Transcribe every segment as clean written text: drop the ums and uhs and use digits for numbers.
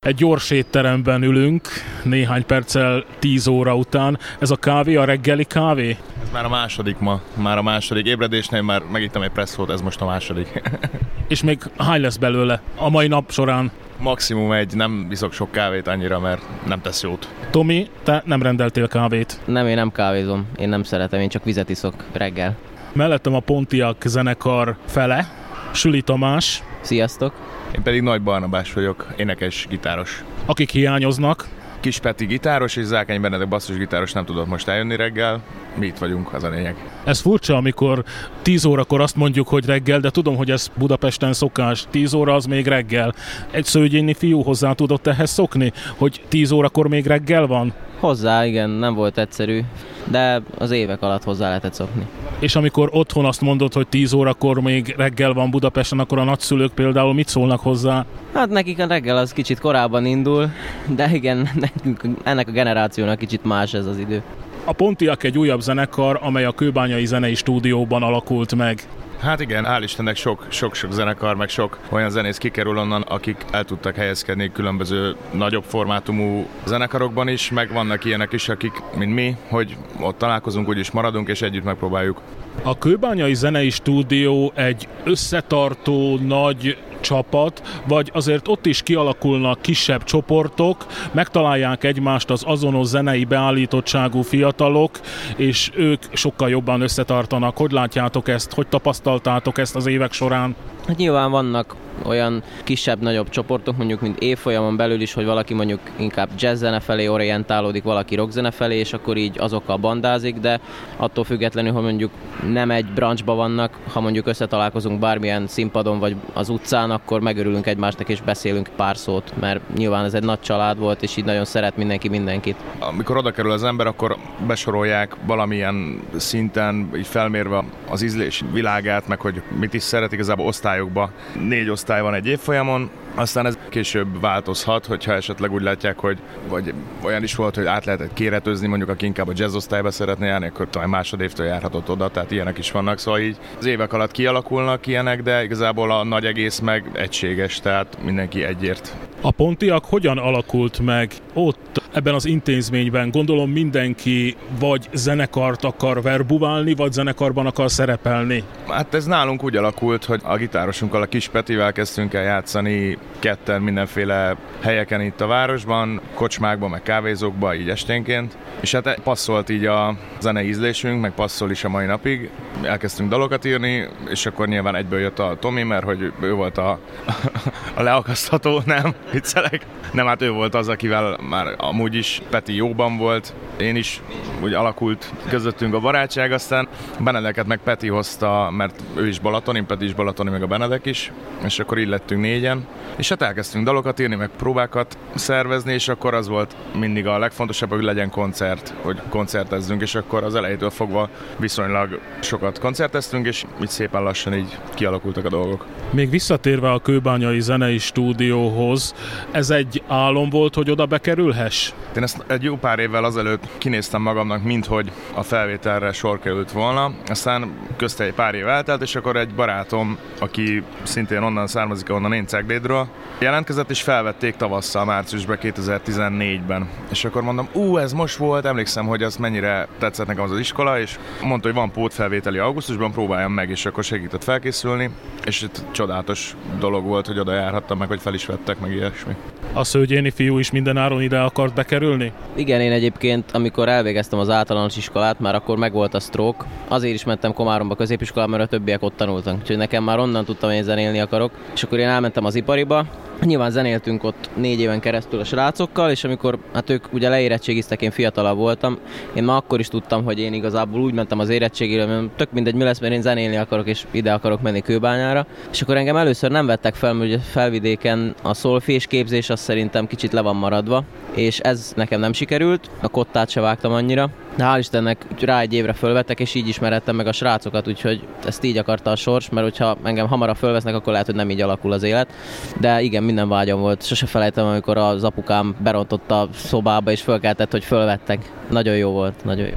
Egy gyors étteremben ülünk, néhány perccel 10 óra után. Ez a kávé a reggeli kávé? Ez már a második ma. Már a második ébredésnél már megittem egy presszót, ez most a második. És még hány lesz belőle a mai nap során? Maximum egy, nem iszok sok kávét annyira, mert nem tesz jót. Tomi, te nem rendeltél kávét? Nem, én nem kávézom. Én nem szeretem, én csak vizet iszok reggel. Mellettem a Pontiac zenekar fele, Süli Tamás. Sziasztok! Én pedig Nagy Barnabás vagyok, énekes, gitáros. Akik hiányoznak? Kis Peti gitáros és Zákány Benedek basszusgitáros nem tudott most eljönni reggel. Mi itt vagyunk, az a lényeg. Ez furcsa, amikor 10 órakor azt mondjuk, hogy reggel, de tudom, hogy ez Budapesten szokás. 10 óra az még reggel. Egy szőgyéni fiú hozzá tudott ehhez szokni, hogy 10 órakor még reggel van? Hozzá, igen, nem volt egyszerű, de az évek alatt hozzá lehetett szokni. És amikor otthon azt mondod, hogy 10 órakor még reggel van Budapesten, akkor a nagyszülők például mit szólnak hozzá? Hát nekik a reggel az kicsit korábban indul, de igen, ennek a generációnak kicsit más ez az idő. A Pontiac egy újabb zenekar, amely a Kőbányai Zenei Stúdióban alakult meg. Hát igen, hál' Istennek sok-sok zenekar, meg sok olyan zenész kikerül onnan, akik el tudtak helyezkedni különböző nagyobb formátumú zenekarokban is, meg vannak ilyenek is, akik, mint mi, hogy ott találkozunk, úgyis maradunk, és együtt megpróbáljuk. A Kőbányai Zenei Stúdió egy összetartó nagy csapat, vagy azért ott is kialakulnak kisebb csoportok, megtalálják egymást az azonos zenei beállítottságú fiatalok, és ők sokkal jobban összetartanak. Hogy látjátok ezt? Hogy tapasztaltátok ezt az évek során? Hát nyilván vannak olyan kisebb-nagyobb csoportok, mondjuk mint évfolyamon belül is, hogy valaki mondjuk inkább jazz-zene felé orientálódik, valaki rockzene felé, és akkor így azokkal bandázik, de attól függetlenül, hogy mondjuk nem egy branchba vannak, ha mondjuk összetalálkozunk bármilyen színpadon vagy az utcán, akkor megörülünk egymásnak és beszélünk pár szót, mert nyilván ez egy nagy család volt, és így nagyon szeret mindenki mindenkit. Amikor oda kerül az ember, akkor besorolják valamilyen szinten, így felmérve az ízlés világát, meg hogy mit is szeret, igazából osztályokba. 4 osztály van egy évfolyamon, aztán ez később változhat, hogyha esetleg úgy látják, hogy vagy olyan is volt, hogy át lehetett kéretőzni, mondjuk aki inkább a jazz osztályba szeretne járni, akkor talán másodévtől járhatott oda, tehát ilyenek is vannak, szóval így az évek alatt kialakulnak ilyenek, de igazából a nagy egész meg egységes, tehát mindenki egyért. A Pontiac hogyan alakult meg ott ebben az intézményben? Gondolom mindenki vagy zenekart akar verbuválni, vagy zenekarban akar szerepelni. Hát ez nálunk úgy alakult, hogy a gitárosunkkal, a Kis Petivel kezdtünk el játszani ketten mindenféle helyeken itt a városban, kocsmákban, meg kávézókban, így esténként. És hát passzolt így a zenei ízlésünk, meg passzol is a mai napig. Elkezdtünk dalokat írni, és akkor nyilván egyből jött a Tomi, mert hogy ő volt a leakasztható, nem? Viccelek. Nem, hát ő volt az, akivel már amúgy is Peti jóban volt. Én is úgy alakult közöttünk a barátság, aztán Benedeket meg Peti hozta, mert ő is balatoni, Peti is balatoni, meg a Benedek is, és akkor így lettünk 4-en. És hát elkezdtünk dalokat írni, meg próbákat szervezni, és akkor az volt mindig a legfontosabb, hogy legyen koncert, hogy koncertezzünk, és akkor az elejétől fogva viszonylag sokat koncerteztünk, és így szépen lassan így kialakultak a dolgok. Még visszatérve a Kőbányai Zenei Stúdióhoz, ez egy álom volt, hogy oda bekerülhess? Én ezt egy jó pár évvel azelőtt kinéztem magamnak, minthogy a felvételre sor került volna. Aztán közte egy pár év eltelt, és akkor egy barátom, aki szintén onnan származik, onnan én Ceglédről, jelentkezett, és felvették tavasszal, márciusban 2014-ben. És akkor mondom, ez most volt, emlékszem, hogy az mennyire tetszett nekem az iskola, és mondta, hogy van pótfelvételi augusztusban, próbáljam meg, és akkor segített felkészülni, és itt csodálatos dolog volt, hogy oda járhattam meg, hogy fel is vettek, meg ilyesmi. A Szőgyéni fiú is mindenáron ide akart bekerülni? Igen, én egyébként, amikor elvégeztem az általános iskolát, már akkor megvolt a stroke. Azért is mentem Komáromba középiskolába, mert a többiek ott tanultak. Úgyhogy nekem már onnan tudtam, hogy én zenélni akarok. És akkor én elmentem az ipariba. Nyilván zenéltünk ott 4 éven keresztül a srácokkal, és amikor ők ugye leérettségiztek, én fiatalabb voltam, én már akkor is tudtam, hogy én igazából úgy mentem az érettségére, mert tök mindegy mi lesz, mert én zenélni akarok, és ide akarok menni Kőbányára. És akkor engem először nem vettek fel, mert ugye Felvidéken a szolfés képzés az szerintem kicsit le van maradva, és ez nekem nem sikerült, a kottát se vágtam annyira. De hál' Istennek rá egy évre fölvettek, és így ismerettem meg a srácokat, úgyhogy ezt így akarta a sors, mert hogyha engem hamarabb fölvesznek, akkor lehet, hogy nem így alakul az élet. De igen, minden vágyam volt. Sose felejtem, amikor az apukám berontott a szobába, és fölkeltett, hogy fölvettek. Nagyon jó volt, nagyon jó.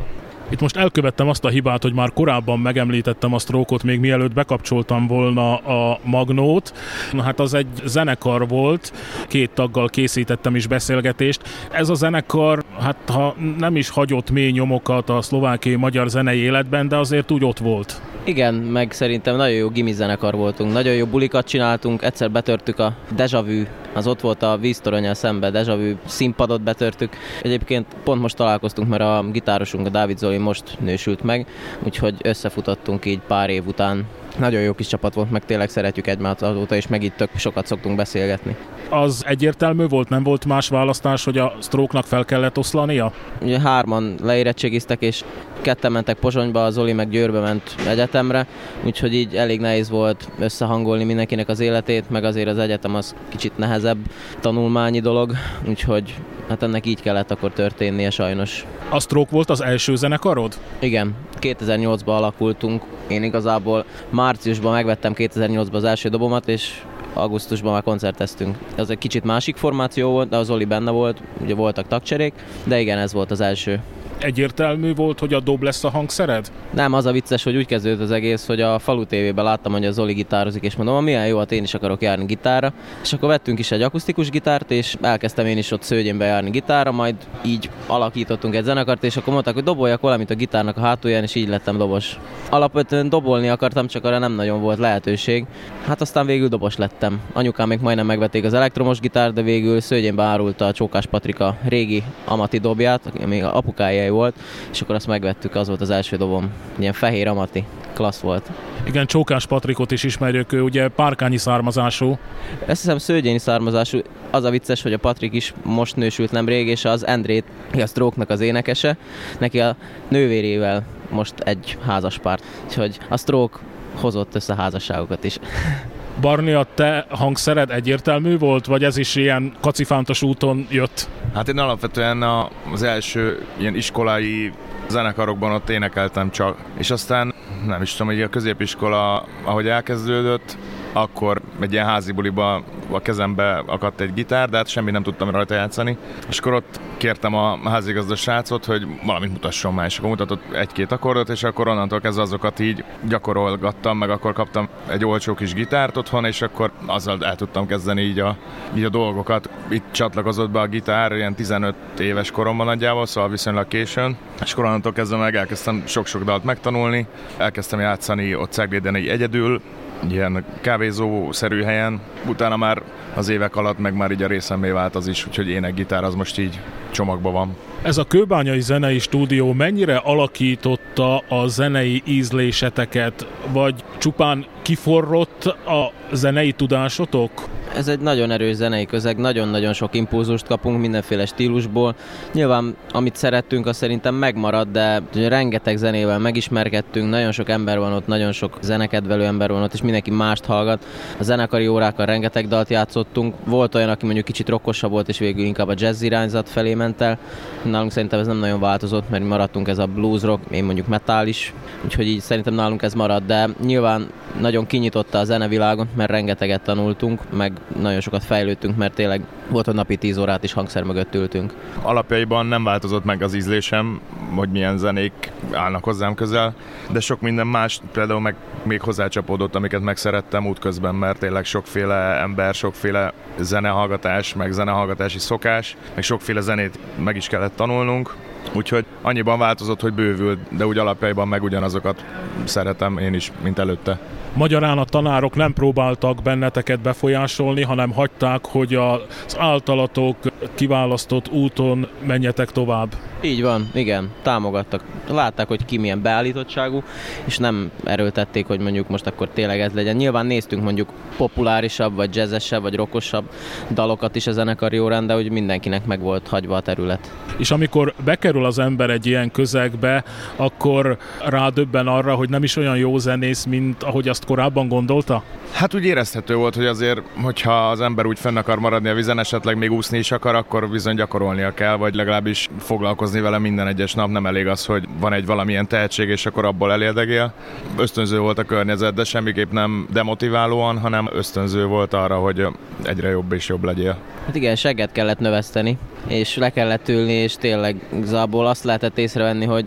Itt most elkövettem azt a hibát, hogy már korábban megemlítettem a Stroke-ot, még mielőtt bekapcsoltam volna a magnót. Na hát az egy zenekar volt, 2 taggal készítettem is beszélgetést. Ez a zenekar, hát ha nem is hagyott mély nyomokat a szlovákiai magyar zenei életben, de azért úgy ott volt. Igen, meg szerintem nagyon jó gimi zenekar voltunk, nagyon jó bulikat csináltunk, egyszer betörtük a Deja Vu, az ott volt a víztoronnyal szembe, Deja Vu színpadot betörtük. Egyébként pont most találkoztunk, mert a gitárosunk, a Dávid Zoli most nősült meg, úgyhogy összefutottunk így pár év után. Nagyon jó kis csapat volt, meg tényleg szeretjük egymást azóta, és meg itt tök sokat szoktunk beszélgetni. Az egyértelmű volt, nem volt más választás, hogy a Stroke-nak fel kellett oszlania? Ugye 3-an leérettségiztek, és 2 mentek Pozsonyba, a Zoli meg Győrbe ment egyetemre, úgyhogy így elég nehéz volt összehangolni mindenkinek az életét, meg azért az egyetem az kicsit nehezebb tanulmányi dolog, úgyhogy hát ennek így kellett akkor történnie sajnos. A Stroke volt az első zenekarod? Igen, 2008-ban alakultunk. Én igazából márciusban megvettem 2008-ban az első dobomat, és augusztusban már koncerteztünk. Ez egy kicsit másik formáció volt, de az Zoli benne volt, ugye voltak tagcserék, de igen, ez volt az első. Egyértelmű volt, hogy a dob lesz a hangszered? Nem, az a vicces, hogy úgy kezdődött az egész, hogy a Falu TV-ben láttam, hogy a Zoli gitározik, és mondom, milyen jó, hát én is akarok járni gitárra. És akkor vettünk is egy akusztikus gitárt, és elkezdtem én is ott Szőgyénbe járni gitárra, majd így alakítottunk egy zenekart, és akkor mondták, hogy doboljak valamit a gitárnak a hátulján, és így lettem dobos. Alapvetően dobolni akartam, csak arra nem nagyon volt lehetőség. Hát aztán végül dobos lettem. Anyukám még majdnem megvették az elektromos gitárt, de végül Szőgyénbe árulta a Csókás Patrika régi Amati dobját, ami még apukája volt, és akkor azt megvettük, az volt az első dobom. Ilyen fehér Amati, klassz volt. Igen, Csókás Patrikot is ismerjük, ő ugye párkányi származású. Ezt hiszem szőgyéni származású. Az a vicces, hogy a Patrik is most nősült nemrég, és az Endrét, a Stroke-nak az énekese, neki a nővérével most egy házaspárt. Úgyhogy a Stroke hozott össze házasságokat is. Barni, a te hangszered egyértelmű volt, vagy ez is ilyen kacifántos úton jött? Hát én alapvetően az első ilyen iskolai zenekarokban ott énekeltem csak, és aztán nem is tudom, hogy a középiskola, ahogy elkezdődött, akkor egy ilyen házi buliba a kezembe akadt egy gitár, de hát semmi nem tudtam rajta játszani. És akkor ott kértem a házigazda srácot, hogy valamit mutasson már, és akkor mutatott 1-2 akkordot, és akkor onnantól kezdve azokat így gyakorolgattam, meg akkor kaptam egy olcsó kis gitárt otthon, és akkor azzal el tudtam kezdeni így a dolgokat. Itt csatlakozott be a gitár, ilyen 15 éves koromban nagyjából, szóval viszonylag későn. És akkor onnantól kezdve meg elkezdtem sok-sok dalt megtanulni, elkezdtem játszani ott Cegléden így egyedül, ilyen kávézó-szerű helyen. Utána már az évek alatt meg már így a részemmé vált az is, úgyhogy énekgitár az most így csomagban van. Ez a kőbányai zenei stúdió mennyire alakította a zenei ízléseteket, vagy csupán kiforrott a zenei tudásotok? Ez egy nagyon erős zenei közeg, nagyon-nagyon sok impulzust kapunk mindenféle stílusból. Nyilván, amit szerettünk, az szerintem megmarad, de rengeteg zenével megismerkedtünk, nagyon sok ember van ott, nagyon sok zenekedvelő ember van ott, és mindenki mást hallgat. A zenekari órákkal rengeteg dalt játszottunk. Volt olyan, aki mondjuk kicsit rockosabb volt, és végül inkább a jazz irányzat felé ment el. Nálunk szerintem ez nem nagyon változott, mert maradtunk ez a blues rock, én mondjuk metal is, úgyhogy így szerintem nálunk ez marad, de nyilván nagyon kinyitotta a zenevilágon, mert rengeteget tanultunk, meg nagyon sokat fejlődtünk, mert tényleg volt, hogy napi 10 órát is hangszer mögött ültünk. Alapjaiban nem változott meg az ízlésem, hogy milyen zenék állnak hozzám közel, de sok minden más például meg még hozzácsapódott, amiket megszerettem útközben, mert tényleg sokféle ember, sokféle zenehallgatás, meg zenehallgatási szokás, meg sokféle zenét meg is kellett tanulnunk. Úgyhogy annyiban változott, hogy bővült, de úgy alapjaiban meg ugyanazokat szeretem én is, mint előtte. Magyarán a tanárok nem próbáltak benneteket befolyásolni, hanem hagyták, hogy az általatok kiválasztott úton menjetek tovább. Így van, igen, támogattak. Látták, hogy ki milyen beállítottságú, és nem erőltették, hogy mondjuk most akkor tényleg ez legyen. Nyilván néztünk mondjuk populárisabb, vagy jazzesebb, vagy rockosabb dalokat is a zenekari órán, de hogy mindenkinek meg volt hagyva a terület. És amikor bekerül az ember egy ilyen közegbe, akkor rádöbben arra, hogy nem is olyan jó zenész, mint ahogy azt korábban gondolta? Hát úgy érezhető volt, hogy azért, hogyha az ember úgy fenn akar maradni a vízen, esetleg még úszni is akar, akkor bizony gyakorolnia kell, vagy legalábbis foglalkozni vele minden egyes nap. Nem elég az, hogy van egy valamilyen tehetség, és akkor abból elérdegél. Ösztönző volt a környezet, de semmiképp nem demotiválóan, hanem ösztönző volt arra, hogy egyre jobb és jobb legyél. Hát igen, segget kellett növeszteni, és le kellett ülni, és tényleg igazából azt lehetett észrevenni, hogy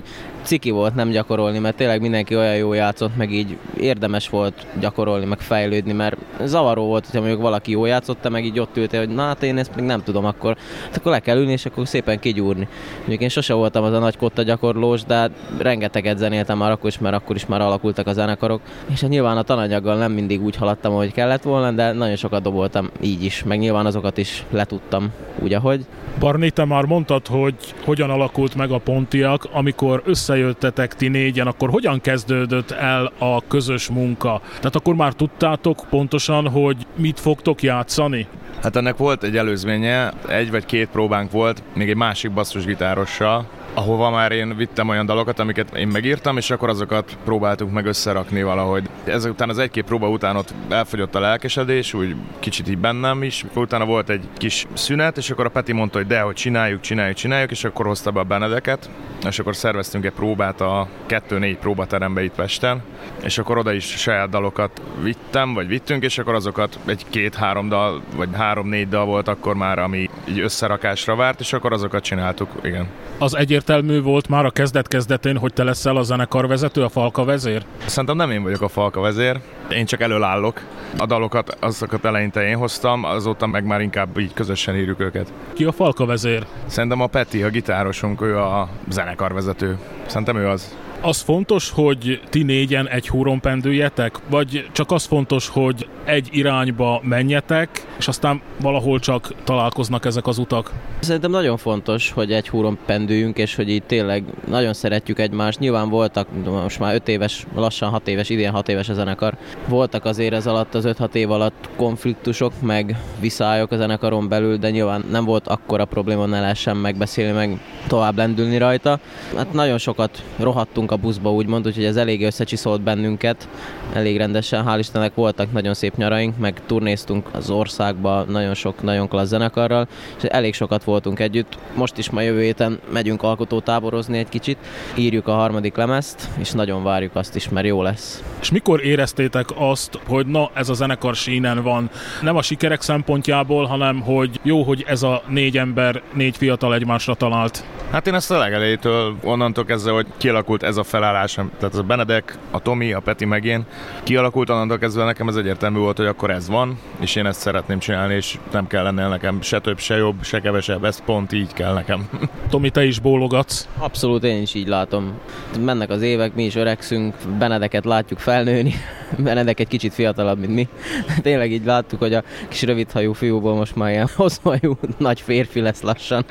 ciki volt nem gyakorolni, mert tényleg mindenki olyan jó játszott, meg így érdemes volt gyakorolni, meg fejlődni, mert zavaró volt, hogyha mondjuk valaki jó játszott, te meg így ott ültél, hogy na hát én ezt még nem tudom, akkor le kell ülni, és akkor szépen kigyúrni. Mondjuk én sose voltam az a nagy kotta gyakorlós, de rengeteget zenéltem már akkor is már alakultak a zenekarok, és hát nyilván a tananyaggal nem mindig úgy haladtam, ahogy kellett volna, de nagyon sokat doboltam így is, meg nyilván azokat is letudtam úgy, ahogy. Barni, te már mondtad, hogy hogyan alakult meg a Pontiac, amikor összejöttetek ti négyen, akkor hogyan kezdődött el a közös munka? Tehát akkor már tudtátok pontosan, hogy mit fogtok játszani? Hát ennek volt egy előzménye, 1 vagy 2 próbánk volt, még egy másik basszusgitárossal, ahova már én vittem olyan dalokat, amiket én megírtam, és akkor azokat próbáltuk meg összerakni valahogy. Ezután az 1-2 próba után ott elfogyott a lelkesedés, úgy kicsit így bennem is. Utána volt egy kis szünet, és akkor a Peti mondta, hogy hogy csináljuk, és akkor hozta be a Benedeket, és akkor szerveztünk egy próbát a 2-4 próbaterembe itt Pesten, és akkor oda is saját dalokat vittünk, és akkor azokat egy 2-3 dal, vagy 3-4 dal volt akkor már, ami így összerakásra várt, és akkor azokat csináltuk, igen. Az egyértelmű volt már a kezdet-kezdetén, hogy te leszel a zenekarvezető, a falka vezér? Szerintem nem én vagyok a falka vezér, én csak előállok. A dalokat, azokat eleinte én hoztam, azóta meg már inkább így közösen írjuk őket. Ki a falka vezér? Szerintem a Peti, a gitárosunk, ő a zenekarvezető. Szerintem ő az. Az fontos, hogy ti négyen egy húron pendüljetek? Vagy csak az fontos, hogy egy irányba menjetek, és aztán valahol csak találkoznak ezek az utak? Szerintem nagyon fontos, hogy egy húron pendüljünk, és hogy így tényleg nagyon szeretjük egymást. Nyilván voltak, most már 5 éves, lassan 6 éves, idén 6 éves a zenekar. Voltak azért ez alatt, az 5-6 év alatt konfliktusok, meg viszályok a zenekaron belül, de nyilván nem volt akkora probléma, ne lehessen megbeszélni, meg tovább lendülni rajta. Hát nagyon sokat rohadtunk a buszba, úgymond, úgyhogy ez elég összecsiszolt bennünket, elég rendesen, hál' Istennek voltak nagyon szép nyaraink, meg turnéztunk az országba nagyon sok, nagyon klassz zenekarral, és elég sokat voltunk együtt. Most is ma jövő héten megyünk alkotótáborozni egy kicsit, írjuk a 3. lemezt, és nagyon várjuk azt is, mert jó lesz. És mikor éreztétek azt, hogy na, ez a zenekar sínen van? Nem a sikerek szempontjából, hanem hogy jó, hogy ez a 4 ember, 4 fiatal egymásra talált. Hát én ezt a legelejétől onnantól kezdve, hogy kialakult ez a felállás, tehát a Benedek, a Tomi, a Peti meg én, kialakult onnantól kezdve nekem ez egyértelmű volt, hogy akkor ez van, és én ezt szeretném csinálni, és nem kell lennél nekem se több, se jobb, se kevesebb, ez pont így kell nekem. Tomi, te is bólogatsz? Abszolút, én is így látom. Mennek az évek, mi is öregszünk, Benedeket látjuk felnőni, Benedek egy kicsit fiatalabb, mint mi. Tényleg így láttuk, hogy a kis rövidhajú fiúból most már ilyen hosszúhajú nagy férfi lesz lassan.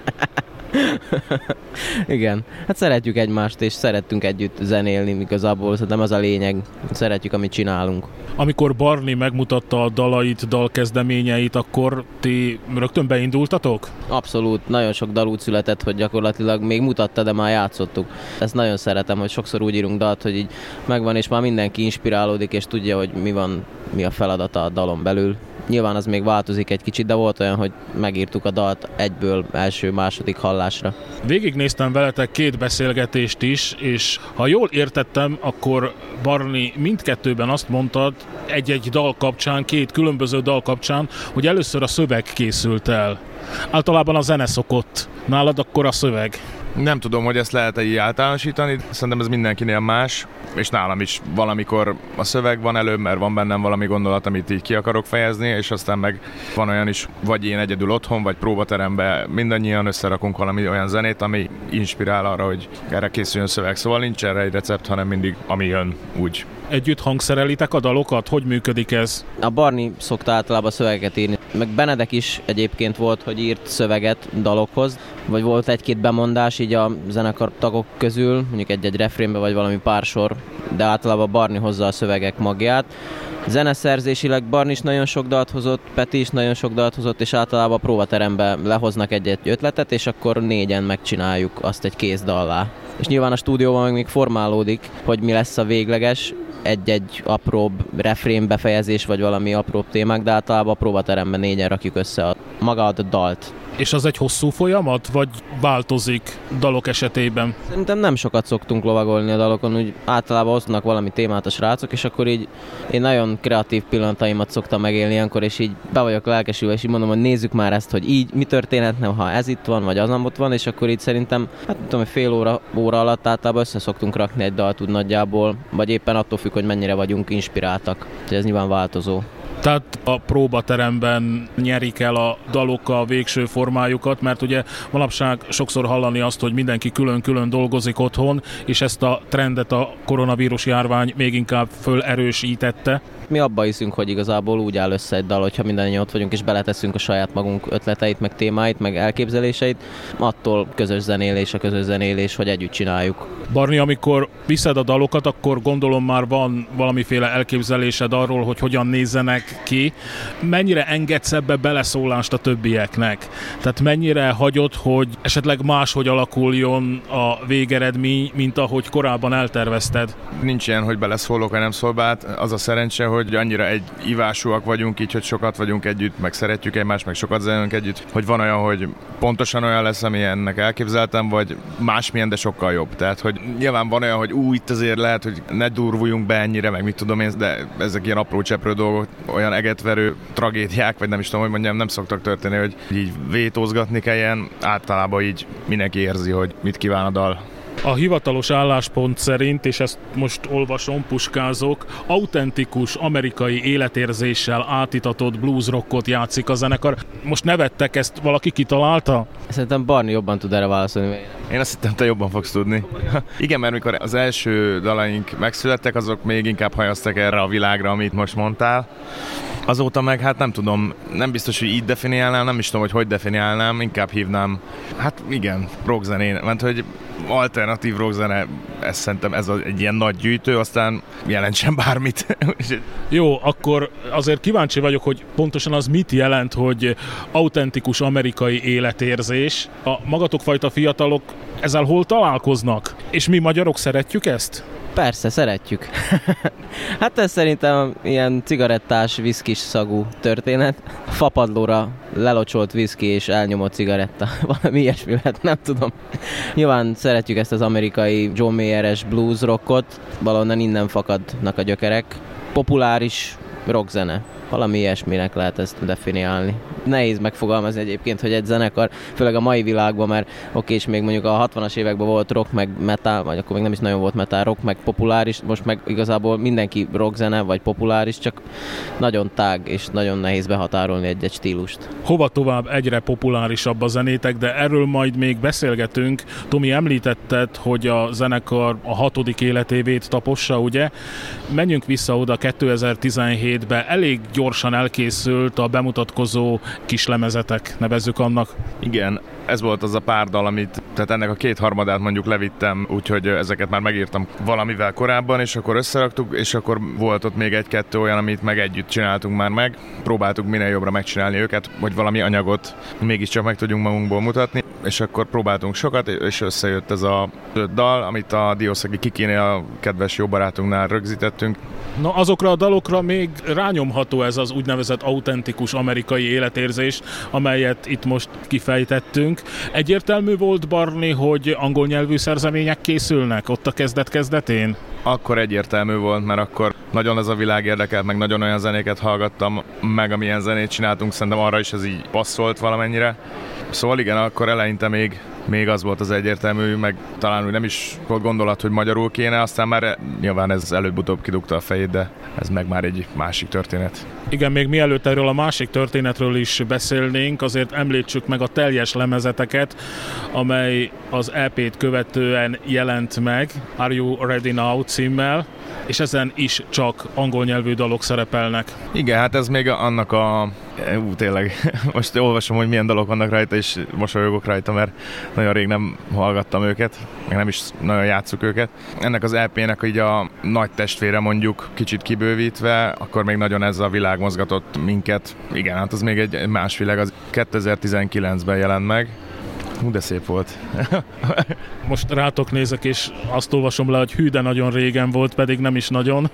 Igen, hát szeretjük egymást, és szerettünk együtt zenélni, igazából nem az a lényeg, szeretjük, amit csinálunk. Amikor Barni megmutatta a dalait, dalkezdeményeit, akkor ti rögtön beindultatok? Abszolút, nagyon sok dal úgy született, hogy gyakorlatilag még mutatta, de már játszottuk. Ezt nagyon szeretem, hogy sokszor úgy írunk dalt, hogy így megvan, és már mindenki inspirálódik, és tudja, hogy mi a feladata a dalon belül. Nyilván az még változik egy kicsit, de volt olyan, hogy megírtuk a dalt egyből első-második hallásra. Végignéztem veletek 2 beszélgetést is, és ha jól értettem, akkor Barni mindkettőben azt mondtad, egy-egy dal kapcsán, 2 különböző dal kapcsán, hogy először a szöveg készült el. Általában a zene szokott, nálad akkor a szöveg. Nem tudom, hogy ezt lehet így általánosítani, szerintem ez mindenkinél más, és nálam is valamikor a szöveg van előbb, mert van bennem valami gondolat, amit így ki akarok fejezni, és aztán meg van olyan is, vagy én egyedül otthon, vagy próbateremben mindannyian összerakunk valami olyan zenét, ami inspirál arra, hogy erre készüljön szöveg. Szóval nincs erre egy recept, hanem mindig ami jön úgy. Együtt hangszerelitek a dalokat? Hogy működik ez? A Barni szokta általában szövegeket írni. Meg Benedek is egyébként volt, hogy írt szöveget dalokhoz, vagy volt 1-2 bemondás így a zenekar tagok közül, mondjuk egy-egy refrénbe, vagy valami pár sor, de általában Barni hozza a szövegek magját. Zeneszerzésileg Barni is nagyon sok dalt hozott, Peti is nagyon sok dalt hozott, és általában a próbaterembe lehoznak egy-egy ötletet, és akkor 4-en megcsináljuk azt egy kész dallá. És nyilván a stúdióban még formálódik, hogy mi lesz a végleges, egy-egy apróbb refrén befejezés, vagy valami apróbb témák, de általában a próbateremben 4-en rakjuk össze magát a dalt. És az egy hosszú folyamat, vagy változik dalok esetében? Szerintem nem sokat szoktunk lovagolni a dalokon, úgy általában hoznak valami témát a srácok, és akkor így én nagyon kreatív pillanataimat szoktam megélni ilyenkor, és így be vagyok lelkesülve, és így mondom, hogy nézzük már ezt, hogy így mi történhetne, ha ez itt van, vagy az nem ott van, és akkor így szerintem, hát nem tudom, hogy fél óra alatt általában össze szoktunk rakni egy dalt úgy nagyjából, vagy éppen attól függ, hogy mennyire vagyunk inspiráltak. Úgyhogy ez nyilván változó. Tehát a próbateremben nyerik el a dalok a végső formájukat, mert ugye manapság sokszor hallani azt, hogy mindenki külön-külön dolgozik otthon, és ezt a trendet a koronavírus járvány még inkább fölerősítette. Mi abba hiszünk, hogy igazából úgy áll össze egy dal, hogyha mindannyian ott vagyunk, és beleteszünk a saját magunk ötleteit, meg témáit, meg elképzeléseit, attól közös zenélés, hogy együtt csináljuk. Barni, amikor viszed a dalokat, akkor gondolom már van valamiféle elképzelésed arról, hogy hogyan nézzenek ki. Mennyire engedsz ebbe beleszólást a többieknek? Tehát mennyire hagyod, hogy esetleg máshogy alakuljon a végeredmény, mint ahogy korábban eltervezted? Nincs ilyen, hogy beleszólok, vagy nem szól be. Hát az a szerencse, hogy annyira egy ivásúak vagyunk, így, hogy sokat vagyunk együtt, meg szeretjük egymást, meg sokat zenélünk együtt, hogy van olyan, hogy pontosan olyan lesz, amilyennek elképzeltem, vagy másmilyen, de sokkal jobb. Tehát, hogy nyilván van olyan, hogy itt azért lehet, hogy ne durvuljunk be ennyire, meg mit tudom én, de ezek ilyen apró cseprő dolgok, olyan egetverő tragédiák, vagy nem is tudom, hogy mondjam, nem szoktak történni, hogy így vétózgatni kelljen. Általában így mindenki érzi, hogy mit kíván a dal. A hivatalos álláspont szerint, és ezt most olvasom, puskázok, autentikus amerikai életérzéssel átitatott blues rockot játszik a zenekar. Most nevettek, ezt valaki kitalálta? Szerintem Barni jobban tud erre válaszolni. Én azt hittem, te jobban fogsz tudni. Igen, mert mikor az első dalaink megszülettek, azok még inkább hajaztak erre a világra, amit most mondtál. Azóta meg, hát nem tudom, nem biztos, hogy így definiálnám, nem is tudom, hogy definiálnám, inkább hívnám, hát igen, rockzenén, mert hogy alternatív rockzene, ezt szerintem ez egy ilyen nagy gyűjtő, aztán jelentsen bármit. Jó, akkor azért kíváncsi vagyok, hogy pontosan az mit jelent, hogy autentikus amerikai életérzés. A magatokfajta fiatalok ezzel hol találkoznak? És mi magyarok szeretjük ezt? Persze, szeretjük. Hát ez szerintem ilyen cigarettás, viszkis szagú történet. Fapadlóra lelocsolt viszki és elnyomott cigaretta. Valami ilyesmi lehet, nem tudom. Nyilván szeretjük ezt az amerikai John Mayer-es blues rockot. Valahonnan innen fakadnak a gyökerek. Populáris rockzene. Valami ilyesminek lehet ezt definiálni. Nehéz megfogalmazni egyébként, hogy egy zenekar, főleg a mai világban, mert és még mondjuk a 60-as években volt rock, meg metal, vagy akkor még nem is nagyon volt metal, rock, meg populáris, most meg igazából mindenki rockzene, vagy populáris, csak nagyon tág, és nagyon nehéz behatárolni egy-egy stílust. Hova tovább egyre populárisabb a zenétek, de erről majd még beszélgetünk. Tomi, említetted, hogy a zenekar a 6. életévét tapossa, ugye? Menjünk vissza oda 2017-be, elég gyorsan elkészült a bemutatkozó kislemezetek, nevezzük annak. Igen, ez volt az a pár dal, tehát ennek a 2/3 mondjuk levittem, úgyhogy ezeket már megírtam valamivel korábban, és akkor összeraktuk, és akkor volt ott még 1-2 olyan, amit meg együtt csináltunk már meg. Próbáltuk minél jobbra megcsinálni őket, hogy valami anyagot mégiscsak meg tudjunk magunkból mutatni, és akkor próbáltunk sokat, és összejött ez a 5 dal, amit a Diószegi Kikinél, a kedves jó barátunknál rögzítettünk. Na, azokra a dalokra még rányomható ez az úgynevezett autentikus amerikai életérzés, amelyet itt most kifejtettünk. Egyértelmű volt, Barni, hogy angol nyelvű szerzemények készülnek ott a kezdet-kezdetén? Akkor egyértelmű volt, mert akkor nagyon ez a világ érdekelt, meg nagyon olyan zenéket hallgattam, meg amilyen zenét csináltunk, szerintem arra is ez így passzolt valamennyire. Szóval igen, akkor eleinte még az volt az egyértelmű, meg talán úgy nem is volt gondolat, hogy magyarul kéne, aztán már nyilván ez előbb-utóbb kidugta a fejét, de ez meg már egy másik történet. Igen, még mielőtt erről a másik történetről is beszélnénk, azért említsük meg a teljes lemezeteket, amely az EP-t követően jelent meg, Are You Ready Now címmel, és ezen is csak angol nyelvű dalok szerepelnek. Igen, hát ez még annak a... tényleg, most olvasom, hogy milyen dalok vannak rajta, és mosolyogok rajta, mert nagyon rég nem hallgattam őket, meg nem is nagyon játsszuk őket. Ennek az EP-nek így a nagy testvére mondjuk kicsit kibővítve, akkor még nagyon ez a világ mozgatott minket. Igen, hát az még egy más világ, az 2019-ben jelent meg. De szép volt. Most rátok nézek, és azt olvasom le, hogy hű, de nagyon régen volt, pedig nem is nagyon.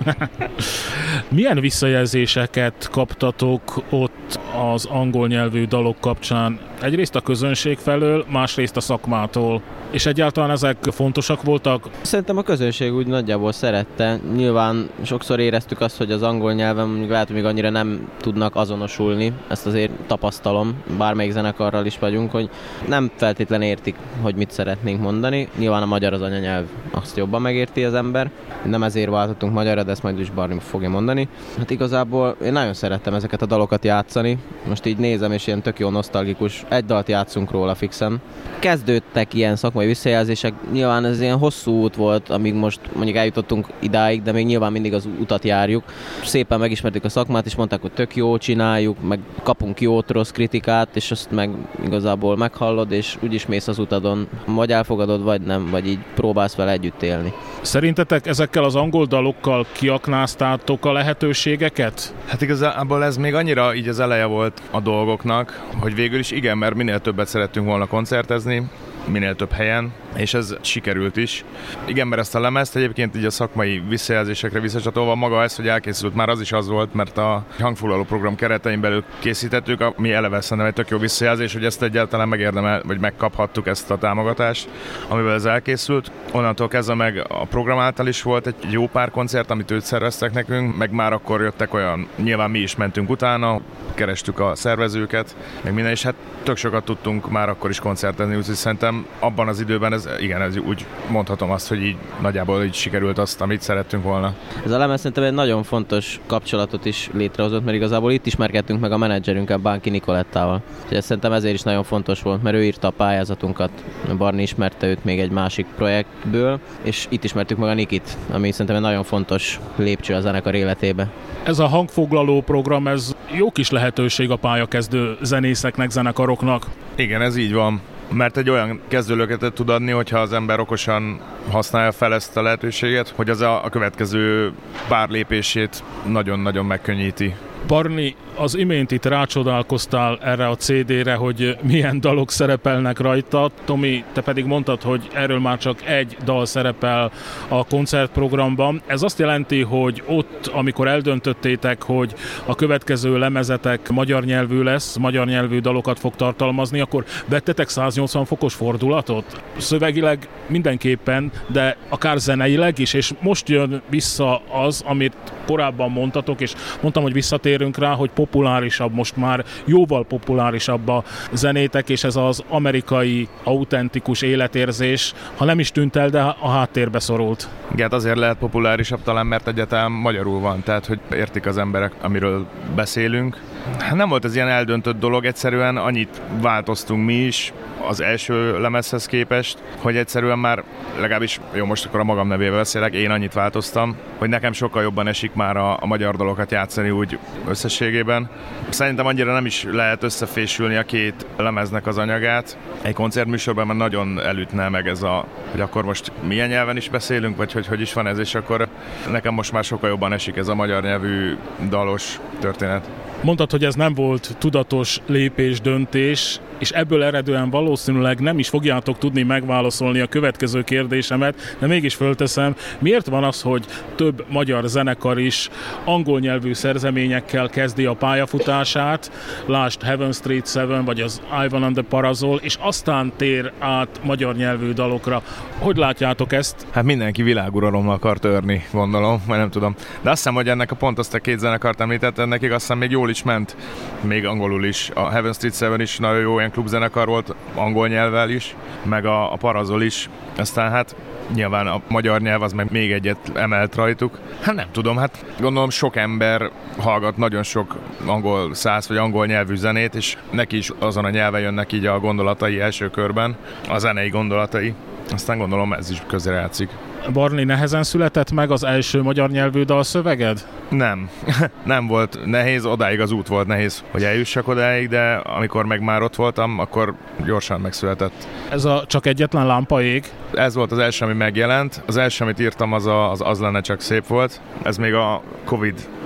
Milyen visszajelzéseket kaptatok ott az angol nyelvű dalok kapcsán? Egyrészt a közönség felől, másrészt a szakmától. És egyáltalán ezek fontosak voltak? Szerintem a közönség úgy nagyjából szerette. Nyilván sokszor éreztük azt, hogy az angol nyelven lehet, hogy még annyira nem tudnak azonosulni. Ezt azért tapasztalom, bármelyik zenekarral is vagyunk, hogy nem feltétlenül értik, hogy mit szeretnénk mondani. Nyilván a magyar az anyanyelv, azt jobban megérti az ember. Nem ezért váltottunk magyarra, de ezt majd is Barni fogja mondani. Hát igazából én nagyon szerettem ezeket a dalokat játszani. Most így nézem, és ilyen tök jó nosztalgikus. Egy dalt játszunk róla fixen. Kezdődtek ilyen szakmai visszajelzések. Nyilván ez ilyen hosszú út volt, amíg most mondjuk eljutottunk idáig, de még nyilván mindig az utat járjuk. Szépen megismertük a szakmát, és mondták, hogy tök jó csináljuk, meg kapunk jót-rossz kritikát, és azt meg igazából meghallod, és úgyis mész az utadon. Vagy elfogadod, vagy nem, vagy így próbálsz vele együtt élni. Szerintetek ezekkel az angol dalokkal kiaknáztátok a lehetőségeket? Hát igazából ez még annyira így az eleje volt a dolgoknak, hogy végül is igen, mert minél többet szerettünk volna koncertezni, minél több helyen, és ez sikerült is. Igen, mert ezt a lemezt egyébként így a szakmai visszajelzésekre visszacsatolva maga ez, hogy elkészült, már az is az volt, mert a hangfoglaló program keretein belül készítettük, ami eleve szerintem egy tök jó visszajelzés, hogy ezt egyáltalán megérdemel, vagy megkaphattuk ezt a támogatást, amivel ez elkészült. Onnantól kezdve meg a program által is volt egy jó pár koncert, amit őt szerveztek nekünk, meg már akkor jöttek olyan, nyilván mi is mentünk utána, kerestük a szervezőket, meg minden, és hát tök sokat tudtunk már akkor is koncertezni, úgyhogy szerintem abban az időben ez úgy mondhatom azt, hogy így nagyjából így sikerült azt, amit szerettünk volna. Ez a lemez szerintem egy nagyon fontos kapcsolatot is létrehozott, mert igazából itt ismerkedtünk meg a menedzserünkkel, Bánki Nikolettával. Ez szerintem ezért is nagyon fontos volt, mert ő írta a pályázatunkat, Barni ismerte őt még egy másik projektből, és itt ismertük meg a Nikit, ami szerintem egy nagyon fontos lépcső a zenekar életébe. Ez a hangfoglaló program, ez jó kis lehetőség a pályakezdő zenészeknek, zenekaroknak. Igen, ez így van. Mert egy olyan kezdőlöketet tud adni, hogyha az ember okosan használja fel ezt a lehetőséget, hogy az a következő pár lépését nagyon-nagyon megkönnyíti. Barni, az imént itt rácsodálkoztál erre a CD-re, hogy milyen dalok szerepelnek rajta. Tomi, te pedig mondtad, hogy erről már csak egy dal szerepel a koncertprogramban. Ez azt jelenti, hogy ott, amikor eldöntöttétek, hogy a következő lemezetek magyar nyelvű lesz, magyar nyelvű dalokat fog tartalmazni, akkor vettetek 180 fokos fordulatot? Szövegileg mindenképpen, de akár zeneileg is, és most jön vissza az, amit korábban mondtatok, és mondtam, hogy visszatérünk rá, hogy populárisabb, most már jóval populárisabb a zenétek, és ez az amerikai autentikus életérzés, ha nem is tűnt el, de a háttérbe szorult. Igen, azért lehet populárisabb talán, mert egyáltalán magyarul van, tehát hogy értik az emberek, amiről beszélünk. Nem volt ez ilyen eldöntött dolog, egyszerűen annyit változtunk mi is az első lemezhez képest, hogy egyszerűen már legalábbis, jó, most akkor a magam nevével beszélek, én annyit változtam, hogy nekem sokkal jobban esik már a magyar dalokat játszani úgy összességében. Szerintem annyira nem is lehet összefésülni a két lemeznek az anyagát. Egy koncertműsorban már nagyon elütne meg ez hogy akkor most milyen nyelven is beszélünk, vagy hogy is van ez, és akkor nekem most már sokkal jobban esik ez a magyar nyelvű dalos történet. Mondtad, hogy ez nem volt tudatos lépés, döntés, és ebből eredően valószínűleg nem is fogjátok tudni megválaszolni a következő kérdésemet, de mégis fölteszem, miért van az, hogy több magyar zenekar is angol nyelvű szerzeményekkel kezdi a pályafutását, lásd Heaven Street 7, vagy az Ivan and the Parasol, és aztán tér át magyar nyelvű dalokra. Hogy látjátok ezt? Hát mindenki világuralommal akar törni, gondolom, vagy nem tudom. De azt hiszem, hogy ennek azt a két zenekart említetted, nekik azt hiszem még jól is ment, még angolul is. A Heaven Street 7 is nagyon jó ilyen klubzenekar volt, angol nyelvvel is, meg a Parasol is. Aztán hát nyilván a magyar nyelv az meg még egyet emelt rajtuk. Hát nem tudom, hát gondolom sok ember hallgat nagyon sok angol száz vagy angol nyelvű zenét, és neki is azon a nyelven jönnek így a gondolatai első körben, a zenei gondolatai. Aztán gondolom ez is közrejátszik. Barni, nehezen született meg az első magyar nyelvű dalszöveged? Nem. Nem volt nehéz, odáig az út volt nehéz, hogy eljussak odáig, de amikor meg már ott voltam, akkor gyorsan megszületett. Ez csak egyetlen lámpa ég? Ez volt az első, ami megjelent. Az első, amit írtam, az lenne csak szép volt. Ez még a Covid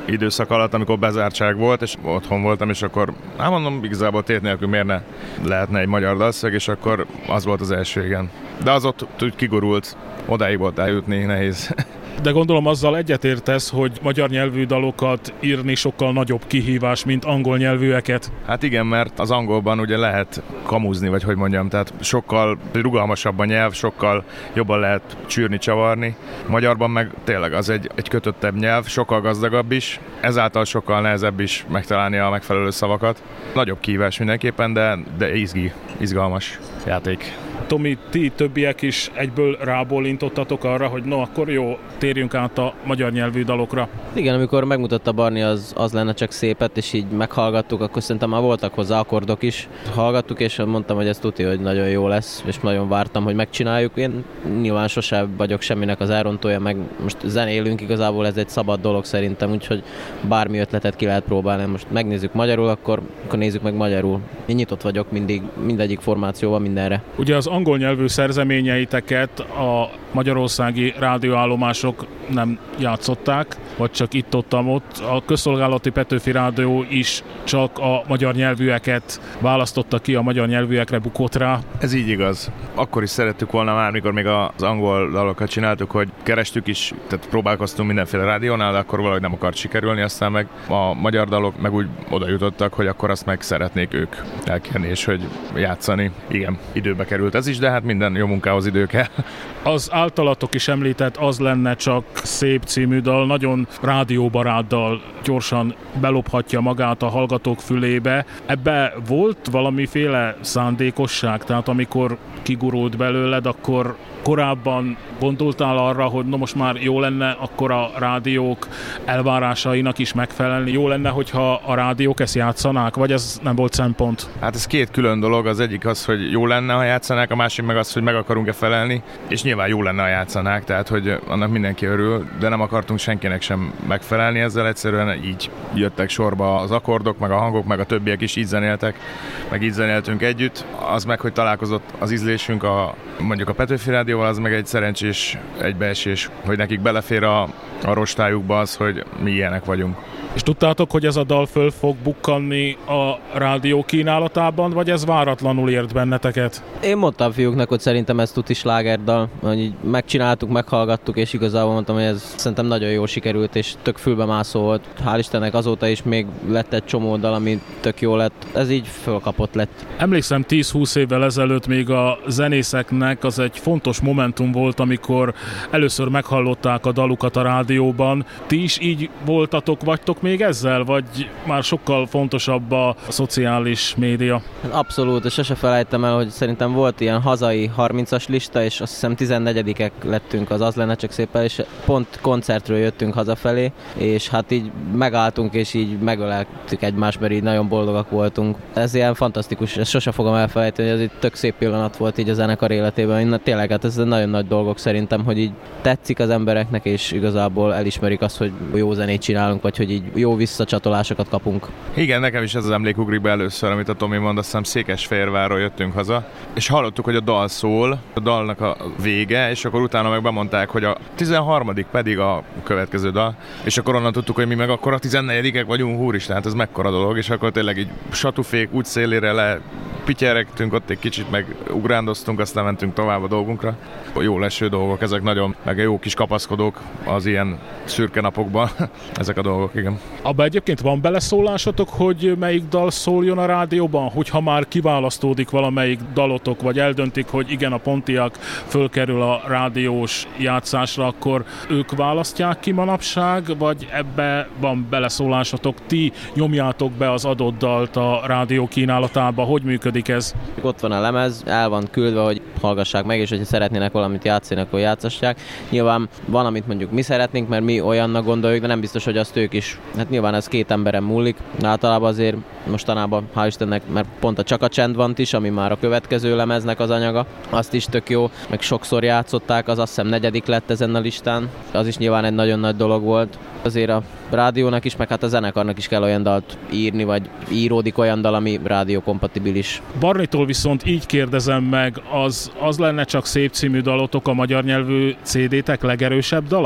időszak alatt, amikor bezártság volt, és otthon voltam, és akkor mondom, igazából tét nélkül miért ne lehetne egy magyar dalszöveg, és akkor az volt az első, igen. De az ott úgy kigurult, odáig volt eljutni, nehéz. De gondolom azzal egyetértesz, hogy magyar nyelvű dalokat írni sokkal nagyobb kihívás, mint angol nyelvűeket? Hát igen, mert az angolban ugye lehet kamuzni, vagy hogy mondjam, tehát sokkal rugalmasabb a nyelv, sokkal jobban lehet csűrni, csavarni. Magyarban meg tényleg az egy kötöttebb nyelv, sokkal gazdagabb is, ezáltal sokkal nehezebb is megtalálni a megfelelő szavakat. Nagyobb kihívás mindenképpen, de izgalmas játék. Tomi, ti többiek is egyből rábólintottatok arra, hogy no, akkor jó, térjünk át a magyar nyelvű dalokra. Igen, amikor megmutatta Barni az lenne csak szépet, és így meghallgattuk, akkor szerintem már voltak hozzá akkordok is. Hallgattuk, és mondtam, hogy ez tuti, hogy nagyon jó lesz, és nagyon vártam, hogy megcsináljuk. Én nyilván sose vagyok semminek az elrontója, meg most zenélünk, igazából ez egy szabad dolog szerintem, úgyhogy bármi ötletet ki lehet próbálni. Most megnézzük magyarul, akkor nézzük meg magyarul. Én nyitott vagyok mindegyik formációban mindenre. Ugye az angol nyelvű szerzeményeiteket a magyarországi rádióállomások nem játszották, vagy csak itt-ott. A közszolgálati Petőfi Rádió is csak a magyar nyelvűeket választotta ki, a magyar nyelvűekre bukott rá. Ez így igaz. Akkor is szerettük volna már, mikor még az angol dalokat csináltuk, hogy kerestük is, tehát próbálkoztunk mindenféle rádiónál, de akkor valahogy nem akart sikerülni, aztán meg a magyar dalok meg úgy oda jutottak, hogy akkor azt meg szeretnék ők elkérni, és hogy játszani. Igen, időbe került ez is, de hát minden jó munkához idő kell. Az általatok is említett Az lenne csak szép című dal, nagyon rádióbarát dal, gyorsan belophatja magát a hallgatók fülébe. Ebbe volt valamiféle szándékosság? Tehát amikor kigurult belőled, akkor korábban gondoltál arra, hogy no most már jó lenne akkor a rádiók elvárásainak is megfelelni? Jó lenne, hogyha a rádiók ezt játszanák, vagy ez nem volt szempont? Hát ez két külön dolog. Az egyik az, hogy jó lenne, ha játszanák, a másik meg az, hogy meg akarunk-e felelni, és nyilván jó lenne, ha játszanák, tehát hogy annak mindenki örül, de nem akartunk senkinek sem megfelelni ezzel, egyszerűen így jöttek sorba az akkordok, meg a hangok, meg a többiek is így zenéltek, meg így zenéltünk együtt. Az meg, hogy találkozott az ízlésünk mondjuk a Petőfi Rádióval, az meg egy szerencsés egybeesés, hogy nekik belefér a rostájukba az, hogy mi ilyenek vagyunk. És tudtátok, hogy ez a dal föl fog bukkanni a rádió kínálatában, vagy ez váratlanul ért benneteket? Én mondtam fiúknak, hogy szerintem ez tuti slágerdal, hogy így megcsináltuk, meghallgattuk, és igazából mondtam, hogy ez szerintem nagyon jól sikerült, és tök fülbe mászó volt. Hál' Istennek azóta is még lett egy csomó dal, ami tök jó lett. Ez így fölkapott lett. Emlékszem, 10-20 évvel ezelőtt még a zenészeknek az egy fontos momentum volt, amikor először meghallották a dalukat a rádióban. Ti is így vagytok még ezzel, vagy már sokkal fontosabb a szociális média? Abszolút, és sose felejtem el, hogy szerintem volt ilyen hazai 30-as lista, és azt hiszem 14-ek lettünk az lenne csak szépen, és pont koncertről jöttünk hazafelé, és hát így megálltunk, és így megöleltük egymást, mert így nagyon boldogak voltunk. Ez ilyen fantasztikus, ezt sose fogom elfelejteni, hogy ez egy tök szép pillanat volt így a zenekar életében. Tényleg, hát ez nagyon nagy dolgok szerintem, hogy így tetszik az embereknek, és igazából elismerik azt, hogy jó zenét csinálunk, vagy hogy így jó visszacsatolásokat kapunk. Igen, nekem is ez az emlék ugrik be először, amit a Tomi mond, azt hiszem Székesfehérvárról jöttünk haza, és hallottuk, hogy a dal szól, a dalnak a vége, és akkor utána meg bemondták, hogy a 13. pedig a következő dal, és akkor onnan tudtuk, hogy mi meg akkor a 14-ek vagyunk, úristen, hát ez mekkora dolog, és akkor tényleg így satufék úgy szélére le pityeregtünk, ott egy kicsit meg ugrándoztunk, aztán mentünk tovább a dolgunkra. Jó leső dolgok, ezek nagyon, meg jó kis kapaszkodók az ilyen szürke napokban, ezek a dolgok, igen. Abba egyébként van beleszólásotok, hogy melyik dal szóljon a rádióban? Hogyha már kiválasztódik valamelyik dalotok, vagy eldöntik, hogy igen, a Pontiac fölkerül a rádiós játszásra, akkor ők választják ki manapság, vagy ebbe van beleszólásotok? Ti nyomjátok be az adott dalt a rádió kínálatába? Hogy működik ez? Ott van a lemez, el van küldve, hogy hallgassák meg, és hogyha szeretnének valamit játszani, akkor játszassák. Nyilván van, amit mondjuk mi szeretnénk, mert mi olyannak gondoljuk, de nem biztos, hogy azt ők is. Hát nyilván ez két emberen múlik. Általában azért mostanában, hál' Istennek, mert pont a Csak a csend van is, ami már a következő lemeznek az anyaga. Azt is tök jó, meg sokszor játszották, az azt hiszem 4. lett ezen a listán. Az is nyilván egy nagyon nagy dolog volt. Azért a rádiónak is, meg hát a zenekarnak is kell olyan dalt írni, vagy íródik olyan dal, ami rádiókompatibilis. Barnitól viszont így kérdezem meg, az lenne csak szép című dalotok a magyar nyelvű CD-tek legerősebb dala?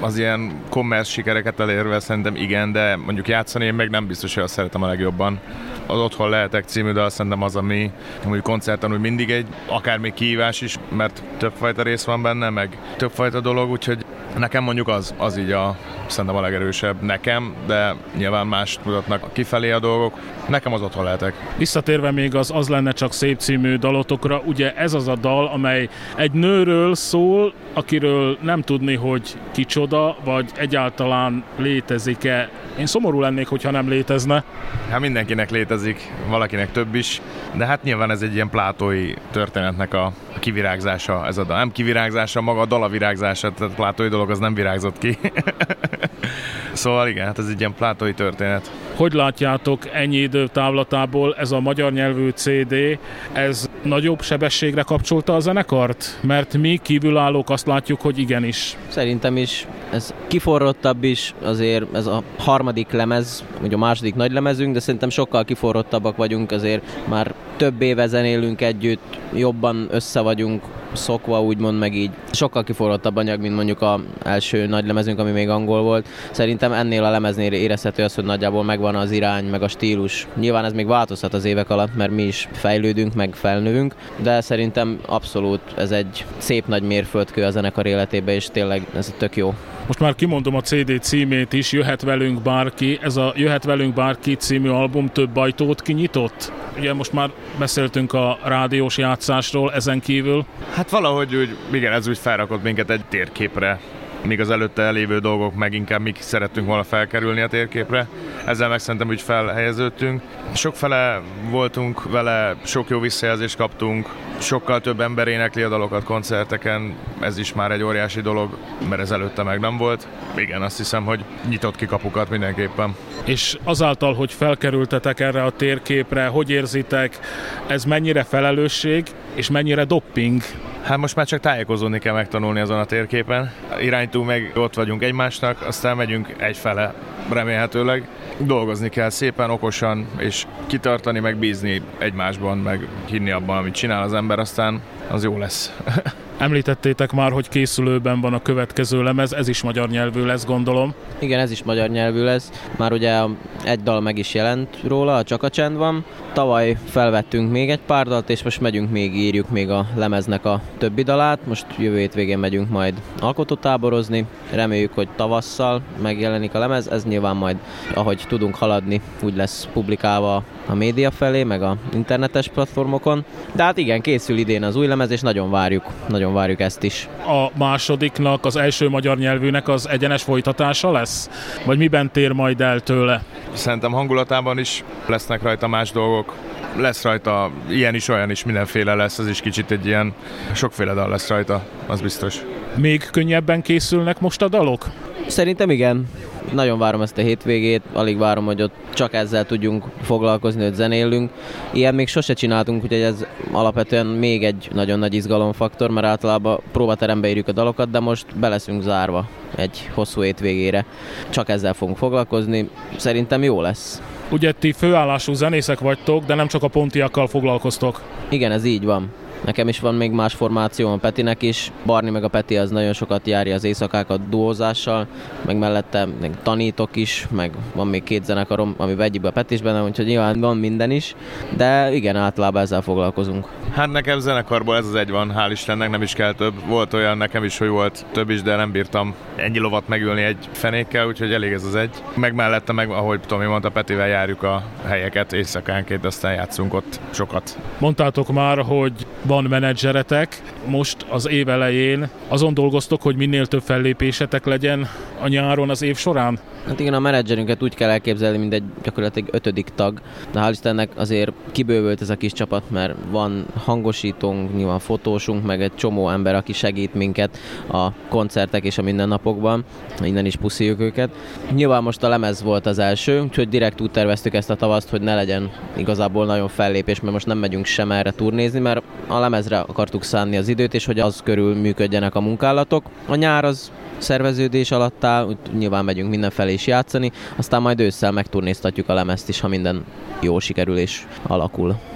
az ilyen commerce sikereket elérve szerintem igen, de mondjuk játszani én meg nem biztos, hogy azt szeretem a legjobban. Az Otthon lehetek című dal szerintem az, ami mondjuk koncerten úgy mindig egy, akár még kihívás is, mert többfajta rész van benne, meg többfajta dolog, úgyhogy nekem mondjuk az így szerintem a legerősebb nekem, de nyilván más mutatnak kifelé a dolgok. Nekem az Otthon lehetek. Visszatérve még az lenne csak szép című dalotokra, ugye ez az a dal, amely egy nőről szól, akiről nem tudni, hogy kicsoda, vagy egyáltalán létezik-e. Én szomorú lennék, hogyha nem létezne. Hát mindenkinek létezik, valakinek több is, de hát nyilván ez egy ilyen plátói történetnek a kivirágzása, ez a dal. Nem kivirágzása, maga a dal a virágzása, tehát plátói dolog az nem virágzott ki. Szóval igen, hát ez egy ilyen plátói történet. Hogy látjátok ennyi idő távlatából ez a magyar nyelvű CD, ez nagyobb sebességre kapcsolta a zenekart? Mert mi kívülállók azt látjuk, hogy igenis. Szerintem is, ez kiforrottabb is, azért ez a harmadik lemez, vagy a második nagy lemezünk, de szerintem sokkal kiforrottabbak vagyunk, azért már több éve zenélünk együtt, jobban össze vagyunk szokva, úgymond, meg így. Sokkal kiforrottabb anyag, mint mondjuk az első nagy lemezünk, ami még angol volt. Szerintem ennél a lemeznél érezhető az, hogy nagyjából megvan az irány, meg a stílus. Nyilván ez még változhat az évek alatt, mert mi is fejlődünk, meg felnövünk, de szerintem abszolút ez egy szép nagy mérföldkő a zenekar életébe, és tényleg ez tök jó. Most már kimondom a CD címét is, Jöhet velünk bárki. Ez a Jöhet velünk bárki című album több ajtót kinyitott? Ugye most már beszéltünk a rádiós játszásról ezen kívül. Hát valahogy úgy, igen, ez úgy felrakott minket egy térképre, míg az előtte elévő dolgok meg inkább mi szerettünk volna felkerülni a térképre. Ezzel meg szerintem úgy felhelyeződtünk. Sokfele voltunk vele, sok jó visszajelzést kaptunk, sokkal több ember énekli a dalokat koncerteken, ez is már egy óriási dolog, mert ez előtte meg nem volt. Igen, azt hiszem, hogy nyitott ki kapukat mindenképpen. És azáltal, hogy felkerültetek erre a térképre, hogy érzitek, ez mennyire felelősség, és mennyire dopping? Hát most már csak tájékozódni kell megtanulni azon a térképen. Iránytúl meg ott vagyunk egymásnak, aztán megyünk egyfele remélhetőleg. Dolgozni kell szépen, okosan, és kitartani, meg bízni egymásban, meg hinni abban, amit csinál az ember, aztán az jó lesz. Említettétek már, hogy készülőben van a következő lemez, ez is magyar nyelvű lesz, gondolom. Igen, ez is magyar nyelvű lesz. Már ugye egy dal meg is jelent róla, Csak a csend van. Tavaly felvettünk még egy pár dalt, és most megyünk írjuk még a lemeznek a többi dalát. Most jövő hétvégén megyünk majd alkotótáborozni. Reméljük, hogy tavasszal megjelenik a lemez. Ez nyilván majd, ahogy tudunk haladni, úgy lesz publikálva a média felé, meg a internetes platformokon. De hát igen, készül idén az új lemez, és nagyon várjuk ezt is. A másodiknak, az első magyar nyelvűnek az egyenes folytatása lesz? Vagy miben tér majd el tőle? Szerintem hangulatában is lesznek rajta más dolgok. Lesz rajta ilyen is, olyan is, mindenféle lesz, az is kicsit egy ilyen sokféle dal lesz rajta, az biztos. Még könnyebben készülnek most a dalok? Szerintem igen. Nagyon várom ezt a hétvégét, alig várom, hogy ott csak ezzel tudjunk foglalkozni, hogy zenélünk. Ilyen még sose csináltunk, úgyhogy ez alapvetően még egy nagyon nagy izgalomfaktor, mert általában próbaterembe írjuk a dalokat, de most be leszünk zárva egy hosszú hétvégére. Csak ezzel fogunk foglalkozni, szerintem jó lesz. Ugye ti főállású zenészek vagytok, de nem csak a pontiakkal foglalkoztok. Igen, ez így van. Nekem is van még más formáció, a Petinek is. Barni meg a Peti az nagyon sokat járja az éjszakákat duózással, meg mellette meg tanítok is, meg van még 2 zenekarom, amiben egyikben a Peti is benne, úgyhogy nyilván van minden is, de igen, általában ezzel foglalkozunk. Hát nekem zenekarból ez az egy van, hál' Istennek, nem is kell több. Volt olyan nekem is, hogy volt több is, de nem bírtam ennyi lovat megülni egy fenékkel, úgyhogy elég ez az egy. Meg mellette, meg ahogy Tomi mondta, Petivel járjuk a helyeket éjszakánként, aztán játszunk ott sokat. Mondtátok már, hogy van menedzseretek, most az év elején azon dolgoztok, hogy minél több fellépésetek legyen a nyáron az év során? Hát igen, a menedzserünket úgy kell elképzelni, mint egy gyakorlatilag 5. tag, de hál' Istennek azért kibővült ez a kis csapat, mert van hangosítónk, nyilván fotósunk, meg egy csomó ember, aki segít minket a koncertek és a mindennapokban, innen is puszíjuk őket. Nyilván most a lemez volt az első, úgyhogy direkt úgy terveztük ezt a tavaszt, hogy ne legyen igazából nagyon fellépés, mert most nem megyünk sem erre turnézni, mert a lemezre akartuk szánni az időt, és hogy az körül működjenek a munkálatok. A nyár az szerveződés alatt áll, úgy nyilván megyünk mindenfelé is játszani, aztán majd ősszel megturnéztatjuk a lemezt is, ha minden jól sikerül és alakul.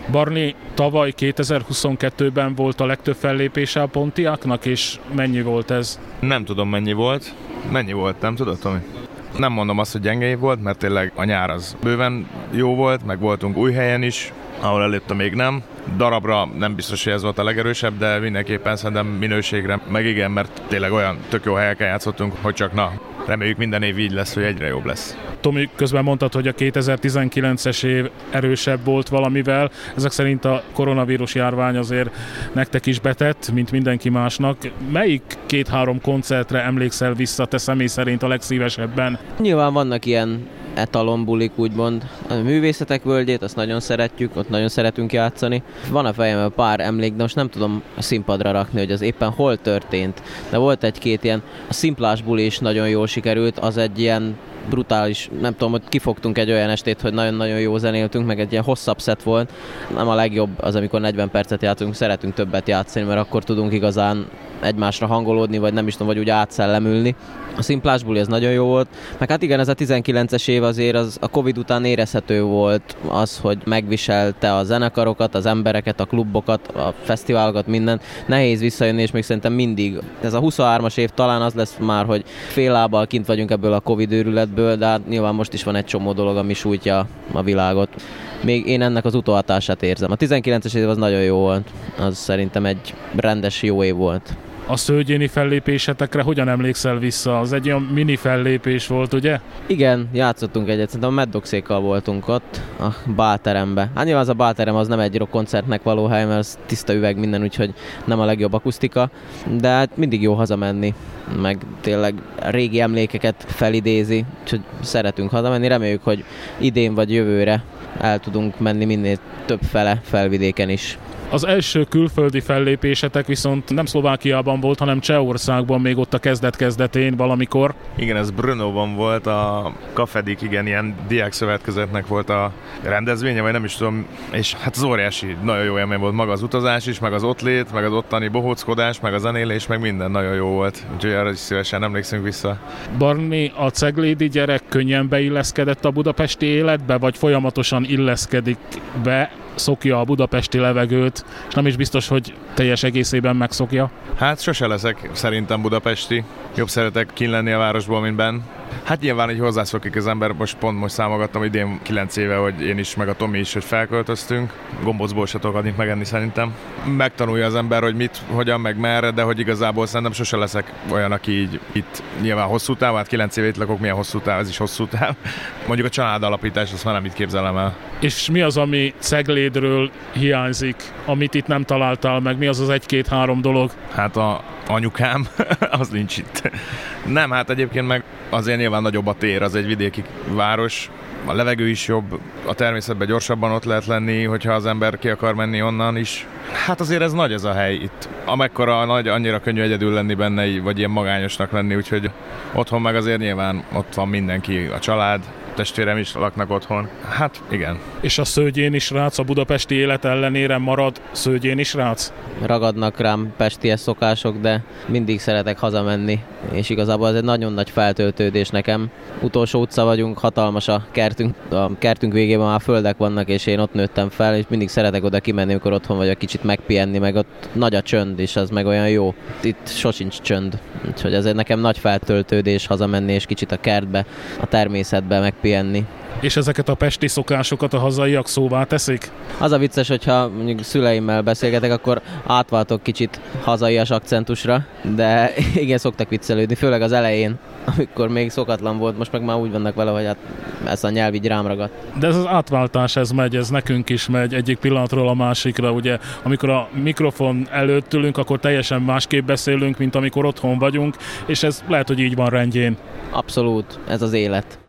Barni, tavaly 2022-ben volt a legtöbb fellépése a Pontiacnak, és mennyi volt ez? Nem tudom mennyi volt. Mennyi volt, nem tudod, Tomi? Nem mondom azt, hogy gyenge év volt, mert tényleg a nyár az bőven jó volt, meg voltunk új helyen is, ahol előtte még nem. Darabra nem biztos, hogy ez volt a legerősebb, de mindenképpen szerintem minőségre, meg igen, mert tényleg olyan tök jó helyeken játszottunk, hogy csak reméljük minden év így lesz, hogy egyre jobb lesz. Tomi, közben mondtad, hogy a 2019-es év erősebb volt valamivel. Ezek szerint a koronavírus járvány azért nektek is betett, mint mindenki másnak. Melyik 2-3 koncertre emlékszel vissza te személy szerint a legszívesebben? Nyilván vannak ilyen etalonbulik, úgymond. A Művészetek Völgyét, azt nagyon szeretjük, ott nagyon szeretünk játszani. Van a fejemben pár emlék, de most nem tudom a színpadra rakni, hogy az éppen hol történt. De volt egy-két ilyen, a Szimplás buli is nagyon jól sikerült, az egy ilyen brutális, nem tudom, hogy kifogtunk egy olyan estét, hogy nagyon-nagyon jó zenéltünk, meg egy ilyen hosszabb szett volt. Nem a legjobb az, amikor 40 percet játszunk, szeretünk többet játszani, mert akkor tudunk igazán egymásra hangolódni, vagy nem is tudom, vagy úgy átszellemülni. A Szimplás buli ez nagyon jó volt, meg hát igen, ez a 19-es év azért az a Covid után érezhető volt az, hogy megviselte a zenekarokat, az embereket, a klubokat, a fesztiválokat, mindent. Nehéz visszajönni, és még szerintem mindig. Ez a 23-as év talán az lesz már, hogy fél lábbal kint vagyunk ebből a Covid őrületből, de hát nyilván most is van egy csomó dolog, ami sújtja a világot. Még én ennek az utóhatását érzem. A 19-es év az nagyon jó volt. Az szerintem egy rendes jó év volt. A szőgyéni fellépésetekre hogyan emlékszel vissza? Az egy olyan mini fellépés volt, ugye? Igen, játszottunk egyet, szerintem a Mad Dog-székkal voltunk ott, a bálterembe. Hát nyilván az a bálterem az nem egy rockkoncertnek való hely, mert az tiszta üveg minden, úgyhogy nem a legjobb akusztika, de hát mindig jó hazamenni, meg tényleg régi emlékeket felidézi, úgyhogy szeretünk hazamenni, reméljük, hogy idén vagy jövőre el tudunk menni minél több fele felvidéken is. Az első külföldi fellépésetek viszont nem Szlovákiában volt, hanem Csehországban, még ott a kezdet-kezdetén valamikor. Igen, ez Brnóban volt, a Kafedik, igen, ilyen diákszövetkezetnek volt a rendezvénye, vagy nem is tudom, és hát az óriási, nagyon jó élmény volt maga az utazás is, meg az ott lét, meg az ottani bohóckodás, meg a zenélés, meg minden nagyon jó volt, úgyhogy arra is szívesen emlékszünk vissza. Barni, a ceglédi gyerek könnyen beilleszkedett a budapesti életbe, vagy folyamatosan illeszkedik be, szokja a budapesti levegőt, és nem is biztos, hogy teljes egészében megszokja? Hát sose leszek szerintem budapesti. Jobb szeretek kint lenni a városból, mint benn. Hát nyilván így hozzászokik az ember, most számogattam idén 9 éve, hogy én is, meg a Tomi is, hogy felköltöztünk. Gombócból se tudok adni megenni szerintem. Megtanulja az ember, hogy mit, hogyan, meg merre, de hogy igazából szerintem sose leszek olyan, aki így itt nyilván hosszú táv, hát 9 éve itt lakok, milyen hosszú táv, ez is hosszú táv. Mondjuk a családalapítás, azt már nem itt képzelem el. És mi az, ami Ceglédről hiányzik, amit itt nem találtál meg? Mi az az 1-2-3 dolog? Hát a anyukám, az nincs itt. Nem, hát egyébként meg azért nyilván nagyobb a tér, az egy vidéki város, a levegő is jobb, a természetben gyorsabban ott lehet lenni, hogyha az ember ki akar menni onnan is. Hát azért ez nagy ez a hely itt. Amekkora nagy, annyira könnyű egyedül lenni benne, vagy ilyen magányosnak lenni, úgyhogy otthon meg azért nyilván ott van mindenki, a család, testvérem is laknak otthon. Hát igen. És a szőgyéni srác a budapesti élet ellenére marad szőgyéni srác? Ragadnak rám pesties szokások, de mindig szeretek hazamenni, és igazából ez egy nagyon nagy feltöltődés nekem. Utolsó utca vagyunk, hatalmas a kertünk végében már földek vannak, és én ott nőttem fel, és mindig szeretek oda kimenni, amikor otthon vagyok, kicsit megpihenni, meg ott nagy a csönd, és az meg olyan jó. Itt sosincs csönd, úgyhogy ezért nekem nagy feltöltődés hazamenni, és kicsit a kertbe, a természetbe megpihenni. És ezeket a pesti szokásokat a hazaiak szóvá teszik? Az a vicces, hogyha mondjuk szüleimmel beszélgetek, akkor átváltok kicsit hazaias akcentusra, de igen, szoktak viccelődni, főleg az elején, amikor még szokatlan volt, most meg már úgy vannak vele, hogy hát ez a nyelv így rám ragadt. De ez az átváltás, ez megy, ez nekünk is megy egyik pillanatról a másikra, ugye, amikor a mikrofon előtt ülünk, akkor teljesen másképp beszélünk, mint amikor otthon vagyunk, és ez lehet, hogy így van rendjén. Abszolút, ez az élet.